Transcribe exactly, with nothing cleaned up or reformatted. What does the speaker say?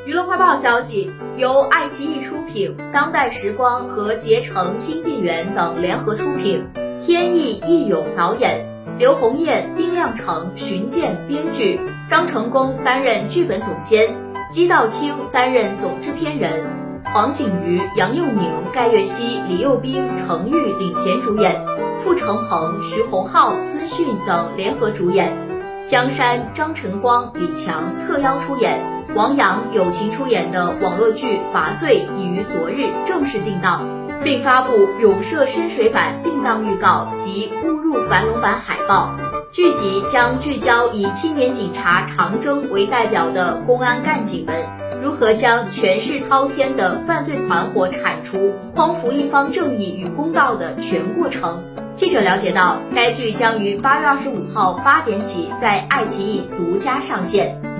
娱乐快报消息，由爱奇艺出品，当代时光和捷成新纪元等联合出品，天意义勇导演，刘红艳、丁亮成、荀健编剧，张成功担任剧本总监，姬道清担任总制片人，黄景瑜、杨佑宁、盖月熙、李幼斌、程昱领衔主演，傅成鹏、徐宏浩、孙迅等联合主演，江山、张晨光、李强特邀出演，王阳友情出演的网络剧《罚罪》已于昨日正式定档，并发布永射深水版定档预告及误入樊笼版海报。剧集将聚焦以青年警察长征为代表的公安干警们如何将权势滔天的犯罪团伙铲除，匡扶一方正义与公道的全过程。记者了解到，该剧将于八月二十五号八点起在爱奇艺独家上线。